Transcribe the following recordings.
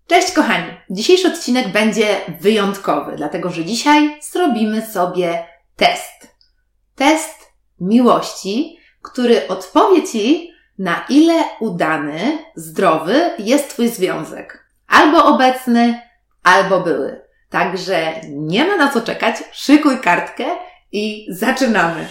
Cześć kochani! Dzisiejszy odcinek będzie wyjątkowy, dlatego że dzisiaj zrobimy sobie test. Test miłości, który odpowie Ci, na ile udany, zdrowy jest Twój związek. Albo obecny, albo były. Także nie ma na co czekać, szykuj kartkę i zaczynamy!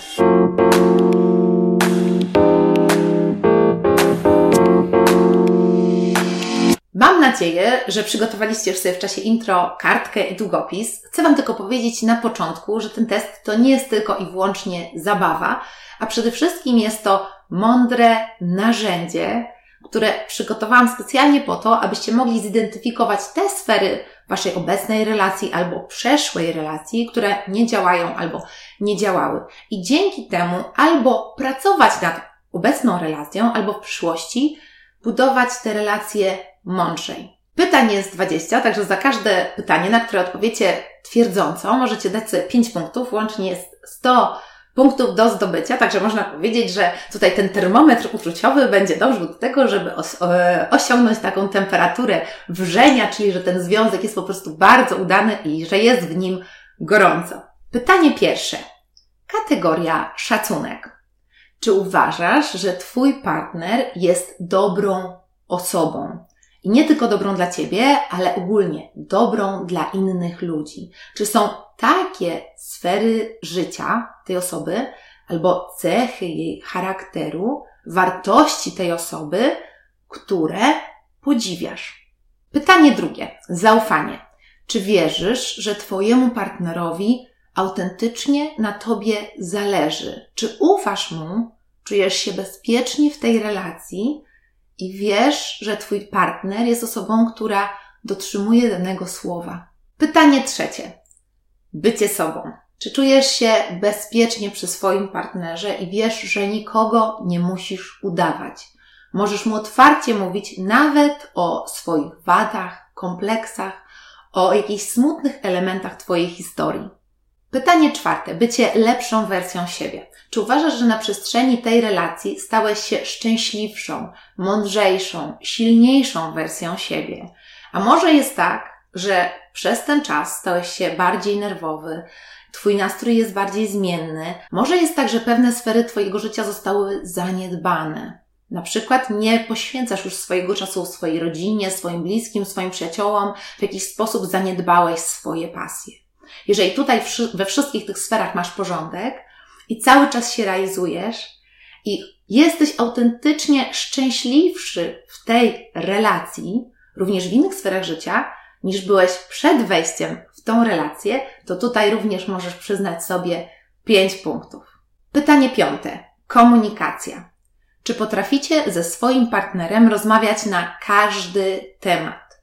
Mam nadzieję, że przygotowaliście już sobie w czasie intro kartkę i długopis. Chcę Wam tylko powiedzieć na początku, że ten test to nie jest tylko i wyłącznie zabawa, a przede wszystkim jest to mądre narzędzie, które przygotowałam specjalnie po to, abyście mogli zidentyfikować te sfery Waszej obecnej relacji albo przeszłej relacji, które nie działają albo nie działały. I dzięki temu albo pracować nad obecną relacją, albo w przyszłości budować te relacje mądrzej. Pytań jest 20, także za każde pytanie, na które odpowiecie twierdząco, możecie dać sobie 5 punktów, łącznie jest 100 punktów do zdobycia, także można powiedzieć, że tutaj ten termometr uczuciowy będzie dążył do tego, żeby osiągnąć taką temperaturę wrzenia, czyli że ten związek jest po prostu bardzo udany i że jest w nim gorąco. Pytanie pierwsze. Kategoria szacunek. Czy uważasz, że Twój partner jest dobrą osobą? I nie tylko dobrą dla Ciebie, ale ogólnie dobrą dla innych ludzi. Czy są takie sfery życia tej osoby, albo cechy jej charakteru, wartości tej osoby, które podziwiasz? Pytanie drugie. Zaufanie. Czy wierzysz, że Twojemu partnerowi autentycznie na Tobie zależy? Czy ufasz mu, czujesz się bezpiecznie w tej relacji i wiesz, że Twój partner jest osobą, która dotrzymuje danego słowa? Pytanie trzecie. Bycie sobą. Czy czujesz się bezpiecznie przy swoim partnerze i wiesz, że nikogo nie musisz udawać? Możesz mu otwarcie mówić nawet o swoich wadach, kompleksach, o jakichś smutnych elementach Twojej historii. Pytanie czwarte. Bycie lepszą wersją siebie. Czy uważasz, że na przestrzeni tej relacji stałeś się szczęśliwszą, mądrzejszą, silniejszą wersją siebie? A może jest tak, że przez ten czas stałeś się bardziej nerwowy, Twój nastrój jest bardziej zmienny. Może jest tak, że pewne sfery Twojego życia zostały zaniedbane. Na przykład nie poświęcasz już swojego czasu swojej rodzinie, swoim bliskim, swoim przyjaciołom, w jakiś sposób zaniedbałeś swoje pasje. Jeżeli tutaj we wszystkich tych sferach masz porządek i cały czas się realizujesz i jesteś autentycznie szczęśliwszy w tej relacji, również w innych sferach życia, niż byłeś przed wejściem w tą relację, to tutaj również możesz przyznać sobie 5 punktów. Pytanie piąte. Komunikacja. Czy potraficie ze swoim partnerem rozmawiać na każdy temat?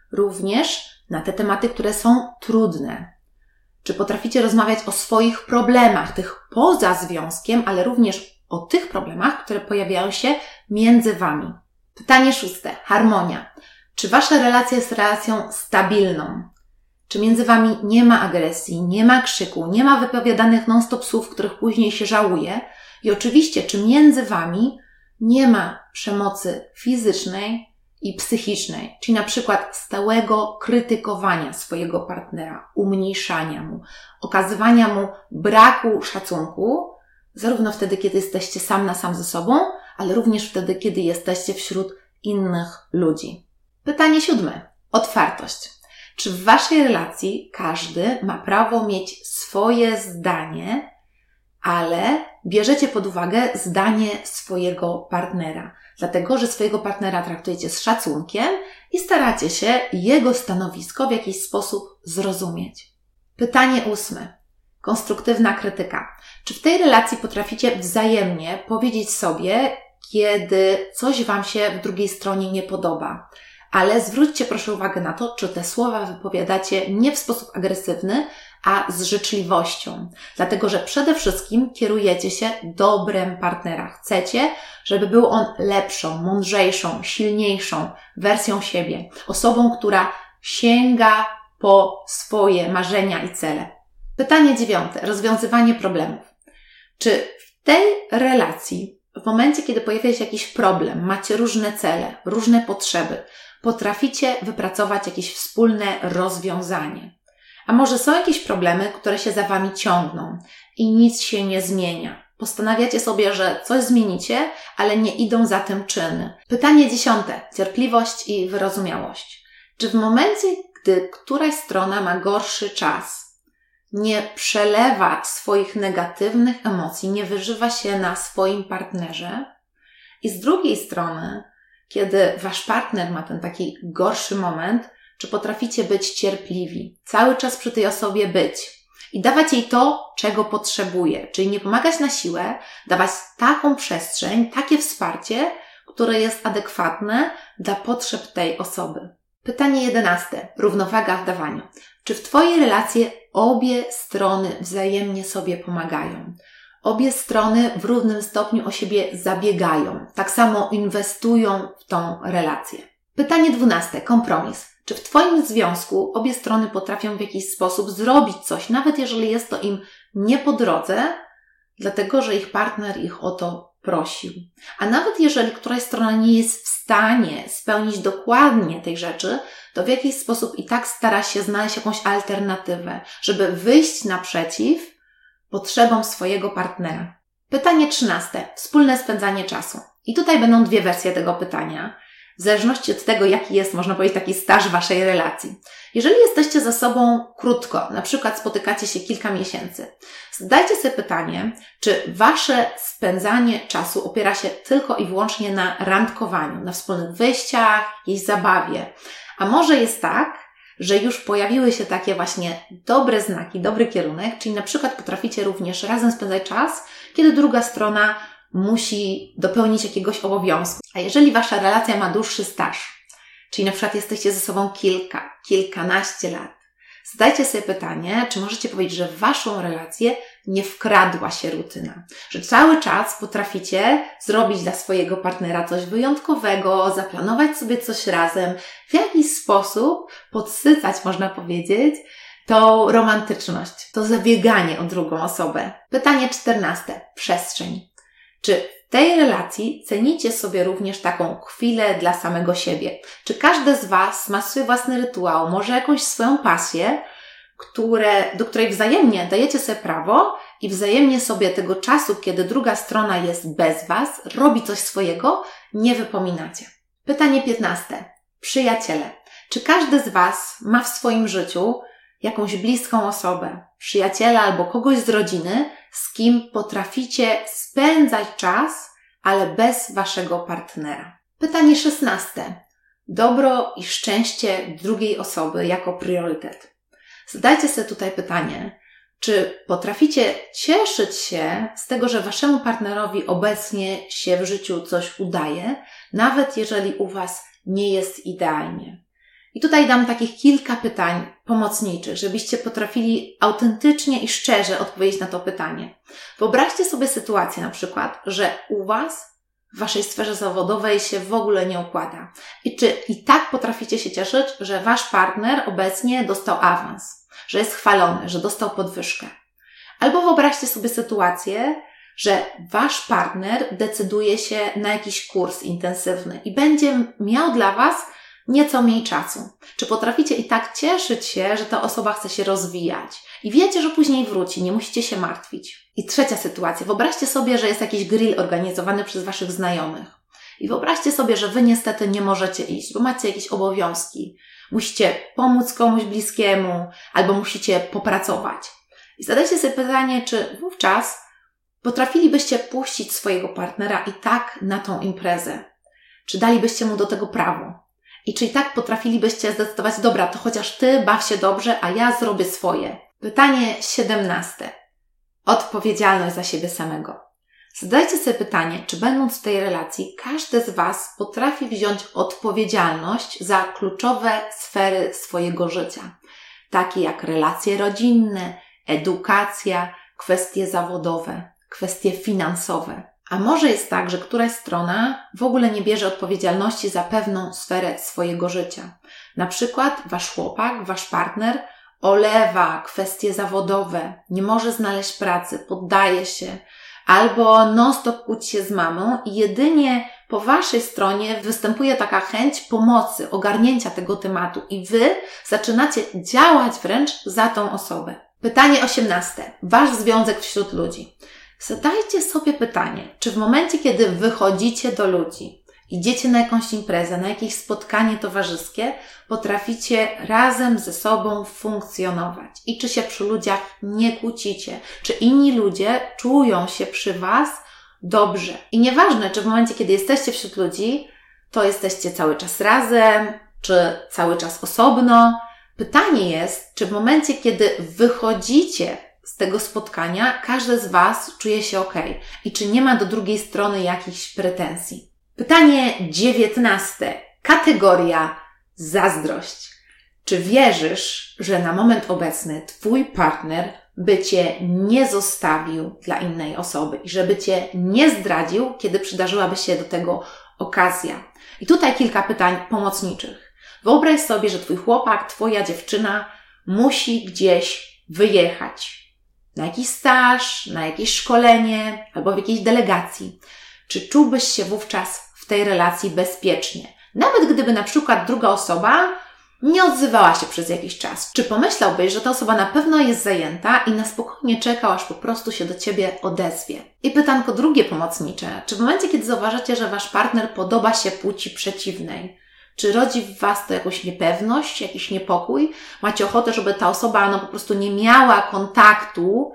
Również na te tematy, które są trudne. Czy potraficie rozmawiać o swoich problemach, tych poza związkiem, ale również o tych problemach, które pojawiają się między Wami? Pytanie szóste. Harmonia. Czy Wasza relacja jest relacją stabilną? Czy między Wami nie ma agresji, nie ma krzyku, nie ma wypowiadanych non-stop słów, których później się żałuje? I oczywiście, czy między Wami nie ma przemocy fizycznej i psychicznej, czyli na przykład stałego krytykowania swojego partnera, umniejszania mu, okazywania mu braku szacunku, zarówno wtedy, kiedy jesteście sam na sam ze sobą, ale również wtedy, kiedy jesteście wśród innych ludzi. Pytanie siódme. Otwartość. Czy w Waszej relacji każdy ma prawo mieć swoje zdanie, ale bierzecie pod uwagę zdanie swojego partnera, dlatego że swojego partnera traktujecie z szacunkiem i staracie się jego stanowisko w jakiś sposób zrozumieć. Pytanie ósme. Konstruktywna krytyka. Czy w tej relacji potraficie wzajemnie powiedzieć sobie, kiedy coś Wam się w drugiej stronie nie podoba? Ale zwróćcie proszę uwagę na to, czy te słowa wypowiadacie nie w sposób agresywny, a z życzliwością. Dlatego, że przede wszystkim kierujecie się dobrem partnera. Chcecie, żeby był on lepszą, mądrzejszą, silniejszą wersją siebie. Osobą, która sięga po swoje marzenia i cele. Pytanie dziewiąte. Rozwiązywanie problemów. Czy w tej relacji, w momencie, kiedy pojawia się jakiś problem, macie różne cele, różne potrzeby, potraficie wypracować jakieś wspólne rozwiązanie. A może są jakieś problemy, które się za Wami ciągną i nic się nie zmienia. Postanawiacie sobie, że coś zmienicie, ale nie idą za tym czyny. Pytanie 10. Cierpliwość i wyrozumiałość. Czy w momencie, gdy któraś strona ma gorszy czas, nie przelewa swoich negatywnych emocji, nie wyżywa się na swoim partnerze i z drugiej strony, kiedy Wasz partner ma ten taki gorszy moment, czy potraficie być cierpliwi, cały czas przy tej osobie być i dawać jej to, czego potrzebuje, czyli nie pomagać na siłę, dawać taką przestrzeń, takie wsparcie, które jest adekwatne dla potrzeb tej osoby. Pytanie 11. Równowaga w dawaniu. Czy w Twojej relacji obie strony wzajemnie sobie pomagają? Obie strony w równym stopniu o siebie zabiegają, tak samo inwestują w tą relację. Pytanie 12. Kompromis. Czy w Twoim związku obie strony potrafią w jakiś sposób zrobić coś, nawet jeżeli jest to im nie po drodze, dlatego że ich partner ich o to prosił. A nawet jeżeli któraś strona nie jest w stanie spełnić dokładnie tej rzeczy, to w jakiś sposób i tak stara się znaleźć jakąś alternatywę, żeby wyjść naprzeciw potrzebom swojego partnera. Pytanie 13. Wspólne spędzanie czasu. I tutaj będą dwie wersje tego pytania, w zależności od tego, jaki jest, można powiedzieć, taki staż Waszej relacji. Jeżeli jesteście ze sobą krótko, na przykład spotykacie się kilka miesięcy, zadajcie sobie pytanie, czy Wasze spędzanie czasu opiera się tylko i wyłącznie na randkowaniu, na wspólnych wyjściach, jakiejś zabawie. A może jest tak, że już pojawiły się takie właśnie dobre znaki, dobry kierunek, czyli na przykład potraficie również razem spędzać czas, kiedy druga strona musi dopełnić jakiegoś obowiązku. A jeżeli Wasza relacja ma dłuższy staż, czyli na przykład jesteście ze sobą kilkanaście lat, zadajcie sobie pytanie, czy możecie powiedzieć, że w Waszą relację nie wkradła się rutyna, że cały czas potraficie zrobić dla swojego partnera coś wyjątkowego, zaplanować sobie coś razem, w jakiś sposób podsycać, można powiedzieć, tą romantyczność, to zabieganie o drugą osobę. Pytanie 14. Przestrzeń. Czy w tej relacji cenicie sobie również taką chwilę dla samego siebie? Czy każdy z Was ma swój własny rytuał, może jakąś swoją pasję, do której wzajemnie dajecie sobie prawo i wzajemnie sobie tego czasu, kiedy druga strona jest bez Was, robi coś swojego, nie wypominacie? Pytanie 15. Przyjaciele. Czy każdy z Was ma w swoim życiu jakąś bliską osobę, przyjaciela albo kogoś z rodziny, z kim potraficie spędzać czas, ale bez Waszego partnera? Pytanie 16. Dobro i szczęście drugiej osoby jako priorytet. Zadajcie sobie tutaj pytanie, czy potraficie cieszyć się z tego, że Waszemu partnerowi obecnie się w życiu coś udaje, nawet jeżeli u Was nie jest idealnie. I tutaj dam takich kilka pytań pomocniczych, żebyście potrafili autentycznie i szczerze odpowiedzieć na to pytanie. Wyobraźcie sobie sytuację na przykład, że u Was w Waszej sferze zawodowej się w ogóle nie układa. I czy i tak potraficie się cieszyć, że Wasz partner obecnie dostał awans, że jest chwalony, że dostał podwyżkę. Albo wyobraźcie sobie sytuację, że Wasz partner decyduje się na jakiś kurs intensywny i będzie miał dla Was nieco mniej czasu. Czy potraficie i tak cieszyć się, że ta osoba chce się rozwijać i wiecie, że później wróci, nie musicie się martwić. I trzecia sytuacja. Wyobraźcie sobie, że jest jakiś grill organizowany przez Waszych znajomych. I wyobraźcie sobie, że Wy niestety nie możecie iść, bo macie jakieś obowiązki. Musicie pomóc komuś bliskiemu albo musicie popracować. I zadajcie sobie pytanie, czy wówczas potrafilibyście puścić swojego partnera i tak na tą imprezę? Czy dalibyście mu do tego prawo? I czy i tak potrafilibyście zdecydować, dobra, to chociaż Ty baw się dobrze, a ja zrobię swoje? Pytanie 17. Odpowiedzialność za siebie samego. Zadajcie sobie pytanie, czy będąc w tej relacji, każdy z Was potrafi wziąć odpowiedzialność za kluczowe sfery swojego życia, takie jak relacje rodzinne, edukacja, kwestie zawodowe, kwestie finansowe. A może jest tak, że któraś strona w ogóle nie bierze odpowiedzialności za pewną sferę swojego życia. Na przykład Wasz chłopak, Wasz partner olewa kwestie zawodowe, nie może znaleźć pracy, poddaje się, albo non-stop kłóci się z mamą i jedynie po Waszej stronie występuje taka chęć pomocy, ogarnięcia tego tematu i Wy zaczynacie działać wręcz za tą osobę. Pytanie 18. Wasz związek wśród ludzi. Zadajcie sobie pytanie, czy w momencie, kiedy wychodzicie do ludzi, idziecie na jakąś imprezę, na jakieś spotkanie towarzyskie, potraficie razem ze sobą funkcjonować i czy się przy ludziach nie kłócicie, czy inni ludzie czują się przy Was dobrze. I nieważne, czy w momencie, kiedy jesteście wśród ludzi, to jesteście cały czas razem, czy cały czas osobno. Pytanie jest, czy w momencie, kiedy wychodzicie z tego spotkania, każdy z Was czuje się okej i czy nie ma do drugiej strony jakichś pretensji. Pytanie 19. Kategoria zazdrość. Czy wierzysz, że na moment obecny Twój partner by Cię nie zostawił dla innej osoby i żeby Cię nie zdradził, kiedy przydarzyłaby się do tego okazja? I tutaj kilka pytań pomocniczych. Wyobraź sobie, że Twój chłopak, Twoja dziewczyna musi gdzieś wyjechać. Na jakiś staż, na jakieś szkolenie albo w jakiejś delegacji. Czy czułbyś się wówczas w tej relacji bezpiecznie? Nawet gdyby na przykład druga osoba nie odzywała się przez jakiś czas. Czy pomyślałbyś, że ta osoba na pewno jest zajęta i na spokojnie czekał, aż po prostu się do Ciebie odezwie? I pytanko drugie pomocnicze. Czy w momencie, kiedy zauważacie, że Wasz partner podoba się płci przeciwnej, czy rodzi w Was to jakąś niepewność, jakiś niepokój? Macie ochotę, żeby ta osoba po prostu nie miała kontaktu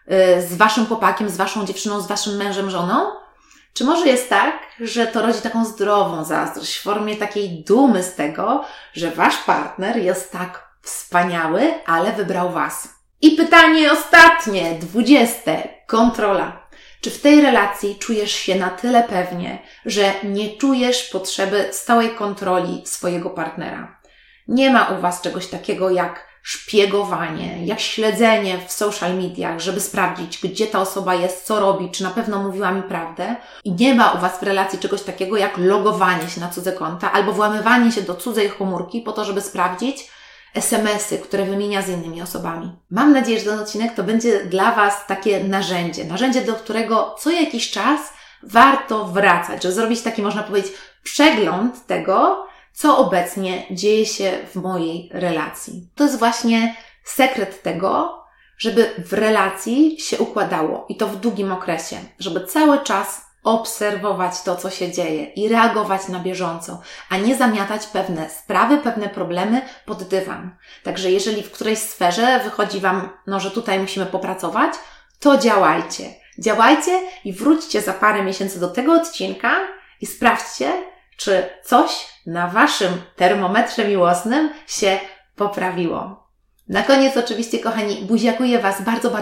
z Waszym chłopakiem, z Waszą dziewczyną, z Waszym mężem, żoną? Czy może jest tak, że to rodzi taką zdrową zazdrość w formie takiej dumy z tego, że Wasz partner jest tak wspaniały, ale wybrał Was? I pytanie ostatnie, 20. Kontrola. Czy w tej relacji czujesz się na tyle pewnie, że nie czujesz potrzeby stałej kontroli swojego partnera? Nie ma u Was czegoś takiego jak szpiegowanie, jak śledzenie w social mediach, żeby sprawdzić, gdzie ta osoba jest, co robi, czy na pewno mówiła mi prawdę. I nie ma u Was w relacji czegoś takiego jak logowanie się na cudze konta albo włamywanie się do cudzej komórki po to, żeby sprawdzić SMS-y, które wymienia z innymi osobami. Mam nadzieję, że ten odcinek to będzie dla Was takie narzędzie, do którego co jakiś czas warto wracać, żeby zrobić taki, można powiedzieć, przegląd tego, co obecnie dzieje się w mojej relacji. To jest właśnie sekret tego, żeby w relacji się układało i to w długim okresie, żeby cały czas obserwować to, co się dzieje i reagować na bieżąco, a nie zamiatać pewne sprawy, pewne problemy pod dywan. Także jeżeli w którejś sferze wychodzi Wam, że tutaj musimy popracować, to działajcie. Działajcie i wróćcie za parę miesięcy do tego odcinka i sprawdźcie, czy coś na Waszym termometrze miłosnym się poprawiło. Na koniec oczywiście, kochani, buziakuję Was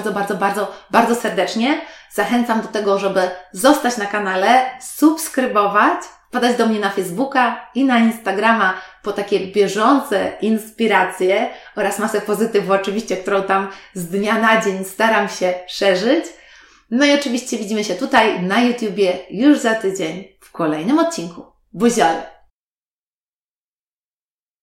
bardzo serdecznie. Zachęcam do tego, żeby zostać na kanale, subskrybować, wpadać do mnie na Facebooka i na Instagrama po takie bieżące inspiracje oraz masę pozytywu oczywiście, którą tam z dnia na dzień staram się szerzyć. No i oczywiście widzimy się tutaj na YouTubie już za tydzień w kolejnym odcinku. Buziole!